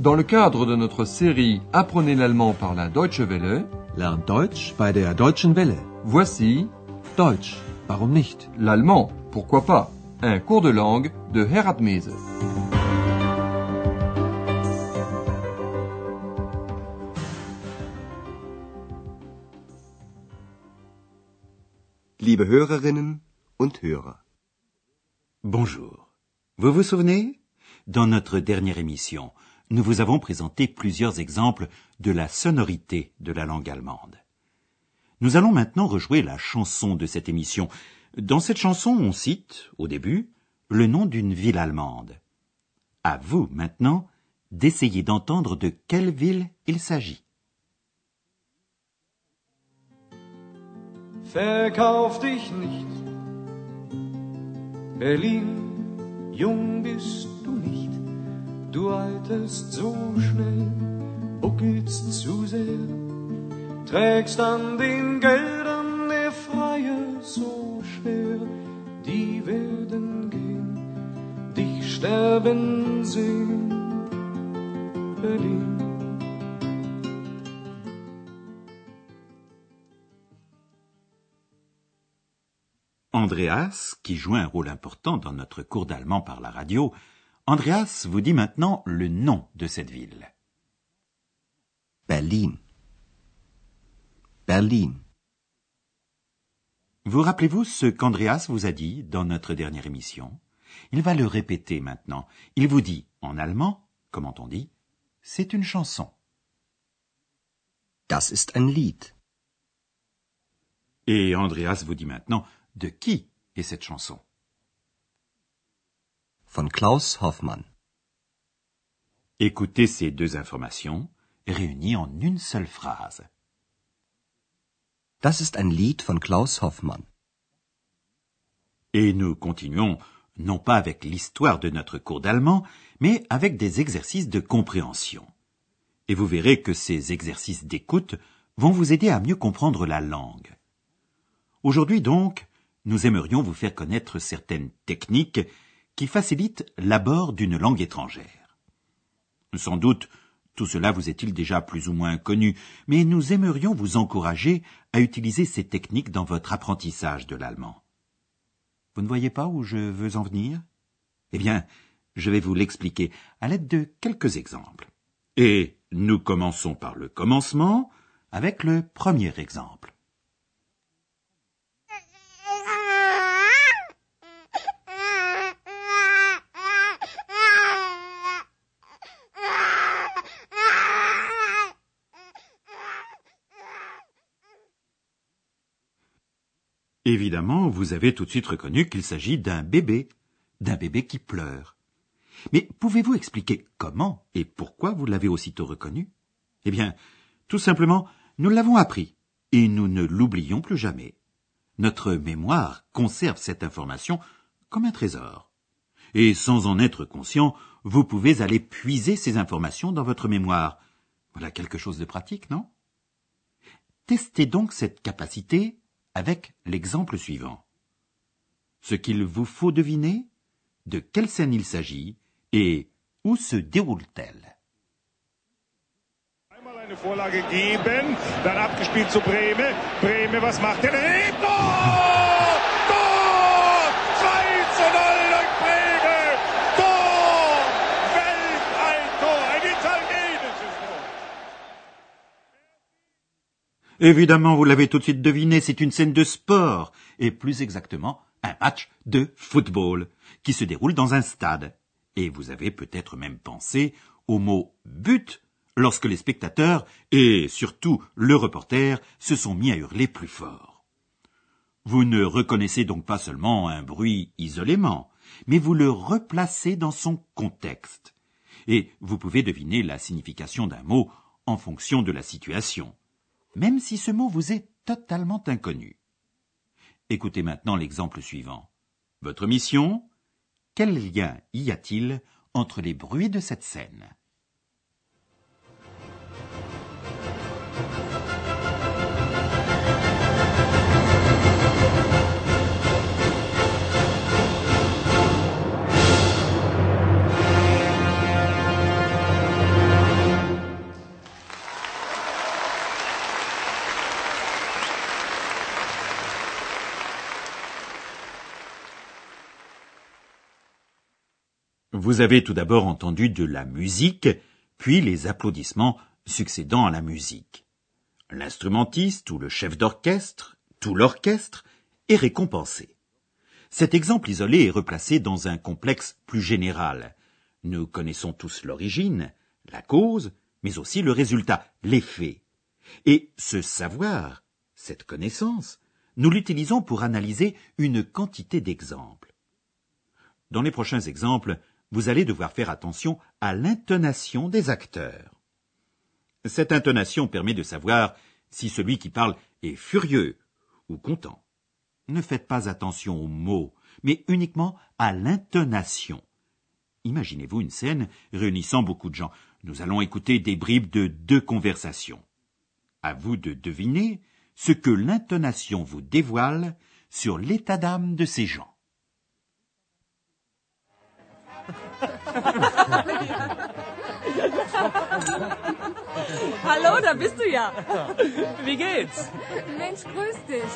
Dans le cadre de notre série Apprenez l'allemand par la Deutsche Welle, Lernt Deutsch bei der Deutschen Welle. voici Deutsch, warum nicht? l'allemand, pourquoi pas, un cours de langue de Herat Mese. Liebe Hörerinnen und Hörer. Bonjour. Vous vous souvenez? Dans notre dernière émission, nous vous avons présenté plusieurs exemples de la sonorité de la langue allemande. Nous allons maintenant rejouer la chanson de cette émission. Dans cette chanson, on cite, au début, le nom d'une ville allemande. À vous, maintenant, d'essayer d'entendre de quelle ville il s'agit. Verkauf dich nicht, Berlin, jung bist du nicht, du alterst so schnell, buckelst zu sehr, trägst an den Geldern der Freier so schwer, die werden gehen, dich sterben sehen, Berlin. Andreas, qui joue un rôle important dans notre cours d'allemand par la radio, Andreas vous dit maintenant le nom de cette ville. Berlin. Berlin. Vous rappelez-vous ce qu'Andreas vous a dit dans notre dernière émission? Il va le répéter maintenant. Il vous dit, en allemand, comment on dit, c'est une chanson. Das ist ein Lied. Et Andreas vous dit maintenant, de qui est cette chanson? Von Klaus Hoffmann. Écoutez ces deux informations réunies en une seule phrase. Das ist ein Lied von Klaus Hoffmann. Et nous continuons, non pas avec l'histoire de notre cours d'allemand, mais avec des exercices de compréhension. Et vous verrez que ces exercices d'écoute vont vous aider à mieux comprendre la langue. Aujourd'hui donc, nous aimerions vous faire connaître certaines techniques qui facilitent l'abord d'une langue étrangère. Sans doute, tout cela vous est-il déjà plus ou moins connu, mais nous aimerions vous encourager à utiliser ces techniques dans votre apprentissage de l'allemand. Vous ne voyez pas où je veux en venir? Eh bien, je vais vous l'expliquer à l'aide de quelques exemples. Et nous commençons par le commencement avec le premier exemple. Évidemment, vous avez tout de suite reconnu qu'il s'agit d'un bébé qui pleure. Mais pouvez-vous expliquer comment et pourquoi vous l'avez aussitôt reconnu? Eh bien, tout simplement, nous l'avons appris, et nous ne l'oublions plus jamais. Notre mémoire conserve cette information comme un trésor. Et sans en être conscient, vous pouvez aller puiser ces informations dans votre mémoire. Voilà quelque chose de pratique, non? Testez donc cette capacité avec l'exemple suivant. Ce qu'il vous faut deviner, de quelle scène il s'agit et où se déroule-t-elle. Einmal eine Vorlage geben, dann abgespielt zu Brehme. Brehme, was macht er? Tor! Tor! 2:0 durch Brehme! Tor! Welch ein Tor! Ein italienisches Tor! Évidemment, vous l'avez tout de suite deviné, c'est une scène de sport, et plus exactement, un match de football, qui se déroule dans un stade. Et vous avez peut-être même pensé au mot « but » lorsque les spectateurs, et surtout le reporter, se sont mis à hurler plus fort. Vous ne reconnaissez donc pas seulement un bruit isolément, mais vous le replacez dans son contexte. Et vous pouvez deviner la signification d'un mot en fonction de la situation, même si ce mot vous est totalement inconnu. Écoutez maintenant l'exemple suivant. Votre mission? Quel lien y a-t-il entre les bruits de cette scène? Vous avez tout d'abord entendu de la musique, puis les applaudissements succédant à la musique. L'instrumentiste ou le chef d'orchestre, tout l'orchestre, est récompensé. Cet exemple isolé est replacé dans un complexe plus général. Nous connaissons tous l'origine, la cause, mais aussi le résultat, l'effet. Et ce savoir, cette connaissance, nous l'utilisons pour analyser une quantité d'exemples. Dans les prochains exemples, vous allez devoir faire attention à l'intonation des acteurs. Cette intonation permet de savoir si celui qui parle est furieux ou content. Ne faites pas attention aux mots, mais uniquement à l'intonation. Imaginez-vous une scène réunissant beaucoup de gens. Nous allons écouter des bribes de 2 conversations. À vous de deviner ce que l'intonation vous dévoile sur l'état d'âme de ces gens. Hallo, da bist du ja. Wie geht's? Mensch, grüß dich.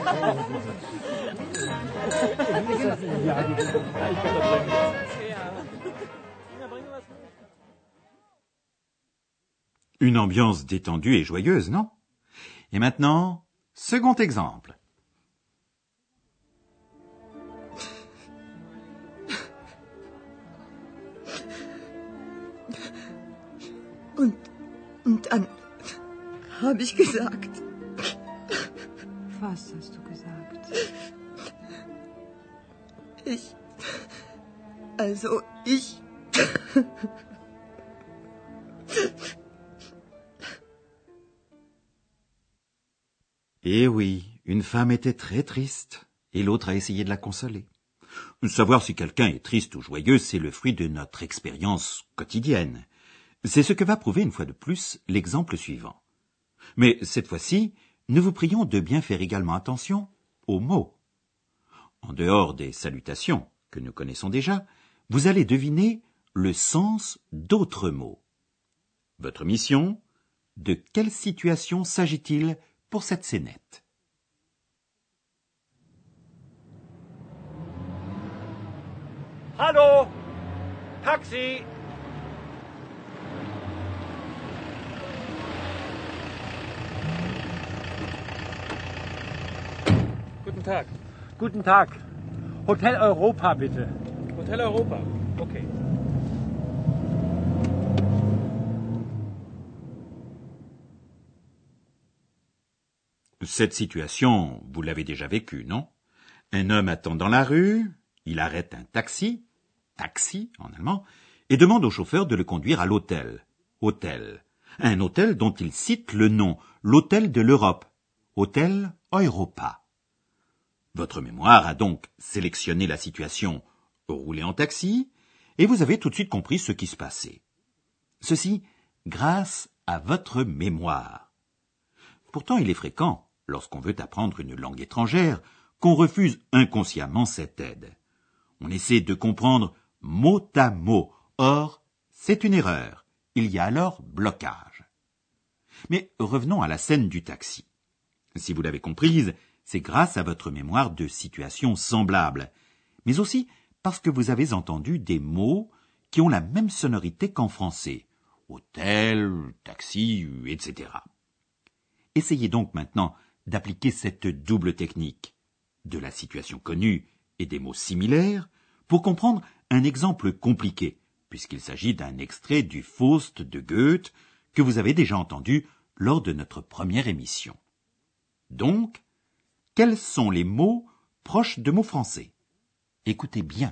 Une ambiance détendue et joyeuse, non? Et maintenant, second exemple. Und dann habe ich gesagt. Was hast du gesagt? Ich. Eh oui, une femme était très triste, et l'autre a essayé de la consoler. Savoir si quelqu'un est triste ou joyeux, c'est le fruit de notre expérience quotidienne. C'est ce que va prouver une fois de plus l'exemple suivant. Mais cette fois-ci, nous vous prions de bien faire également attention aux mots. En dehors des salutations que nous connaissons déjà, vous allez deviner le sens d'autres mots. Votre mission, de quelle situation s'agit-il pour cette scénette? Hallo! Taxi! Guten Tag. Guten Tag. Hotel Europa, bitte. Hotel Europa. Okay. Cette situation, vous l'avez déjà vécue, non? Un homme attend dans la rue, il arrête un taxi en allemand, et demande au chauffeur de le conduire à l'hôtel. Hôtel. Un hôtel dont il cite le nom, l'hôtel de l'Europe. Hôtel Europa. Votre mémoire a donc sélectionné la situation roulée en taxi, et vous avez tout de suite compris ce qui se passait. Ceci grâce à votre mémoire. Pourtant, il est fréquent, lorsqu'on veut apprendre une langue étrangère, qu'on refuse inconsciemment cette aide. On essaie de comprendre mot à mot. Or, c'est une erreur. Il y a alors blocage. Mais revenons à la scène du taxi. Si vous l'avez comprise, c'est grâce à votre mémoire de situations semblables, mais aussi parce que vous avez entendu des mots qui ont la même sonorité qu'en français. Hôtel, taxi, etc. Essayez donc maintenant d'appliquer cette double technique, de la situation connue et des mots similaires, pour comprendre un exemple compliqué, puisqu'il s'agit d'un extrait du Faust de Goethe que vous avez déjà entendu lors de notre première émission. Donc, quels sont les mots proches de mots français? Écoutez bien.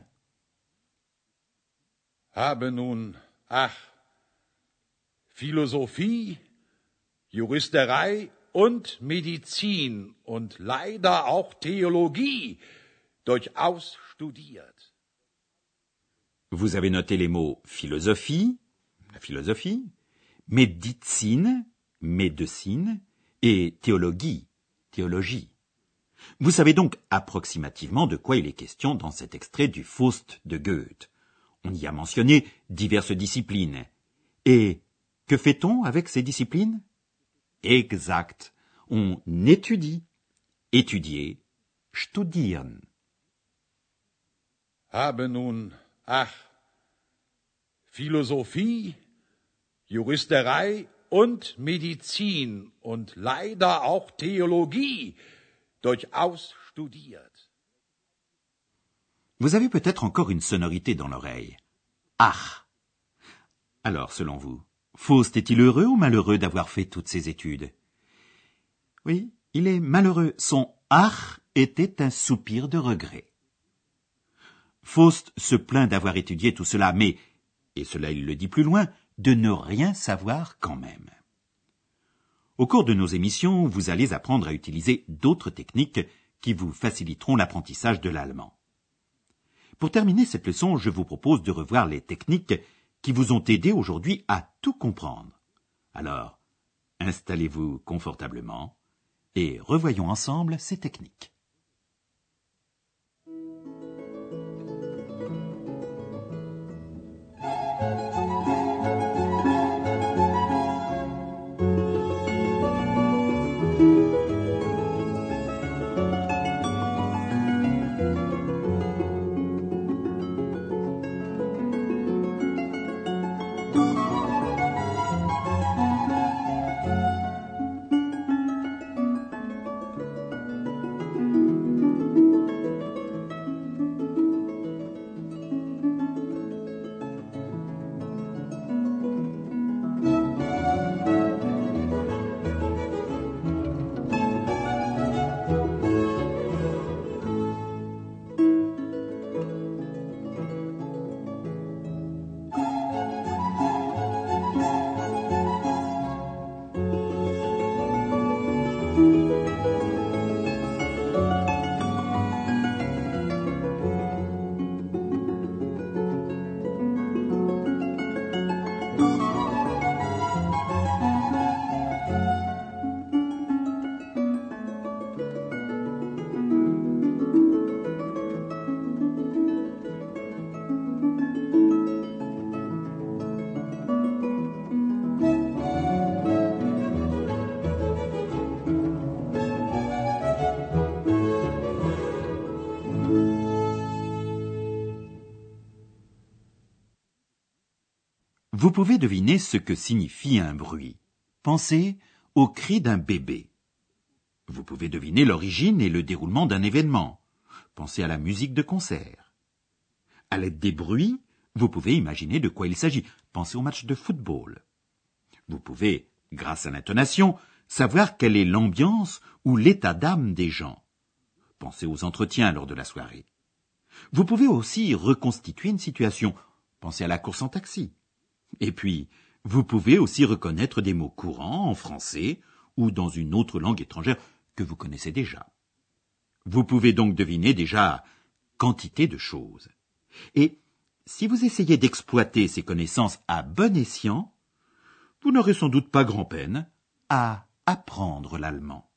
Habe nun, ach, Philosophie, Juristerei und Medizin und leider auch Theologie durchaus studiert. Vous avez noté les mots philosophie, la philosophie, médecine, médecine, et théologie, théologie. Vous savez donc approximativement de quoi il est question dans cet extrait du Faust de Goethe. On y a mentionné diverses disciplines. Et que fait-on avec ces disciplines? Exact. On étudie. Étudier. Studieren. Habe nun, ach, Philosophie, Juristerei und Medizin und leider auch Theologie durchaus studiert. Vous avez peut-être encore une sonorité dans l'oreille. Ach. Alors, selon vous, Faust est-il heureux ou malheureux d'avoir fait toutes ces études? Oui, il est malheureux. Son ach était un soupir de regret. Faust se plaint d'avoir étudié tout cela, mais, et cela il le dit plus loin, de ne rien savoir quand même. Au cours de nos émissions, vous allez apprendre à utiliser d'autres techniques qui vous faciliteront l'apprentissage de l'allemand. Pour terminer cette leçon, je vous propose de revoir les techniques qui vous ont aidé aujourd'hui à tout comprendre. Alors, installez-vous confortablement et revoyons ensemble ces techniques. Vous pouvez deviner ce que signifie un bruit. Pensez au cri d'un bébé. Vous pouvez deviner l'origine et le déroulement d'un événement. Pensez à la musique de concert. À l'aide des bruits, vous pouvez imaginer de quoi il s'agit. Pensez au match de football. Vous pouvez, grâce à l'intonation, savoir quelle est l'ambiance ou l'état d'âme des gens. Pensez aux entretiens lors de la soirée. Vous pouvez aussi reconstituer une situation. Pensez à la course en taxi. Et puis, vous pouvez aussi reconnaître des mots courants en français ou dans une autre langue étrangère que vous connaissez déjà. Vous pouvez donc deviner déjà quantité de choses. Et si vous essayez d'exploiter ces connaissances à bon escient, vous n'aurez sans doute pas grand-peine à apprendre l'allemand.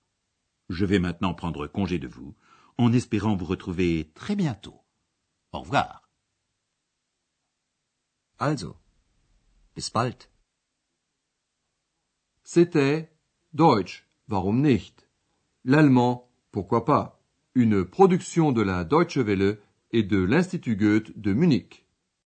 Je vais maintenant prendre congé de vous, en espérant vous retrouver très bientôt. Au revoir. Also, bis bald. C'était Deutsch, warum nicht? L'allemand, pourquoi pas? Une production de la Deutsche Welle et de l'Institut Goethe de Munich.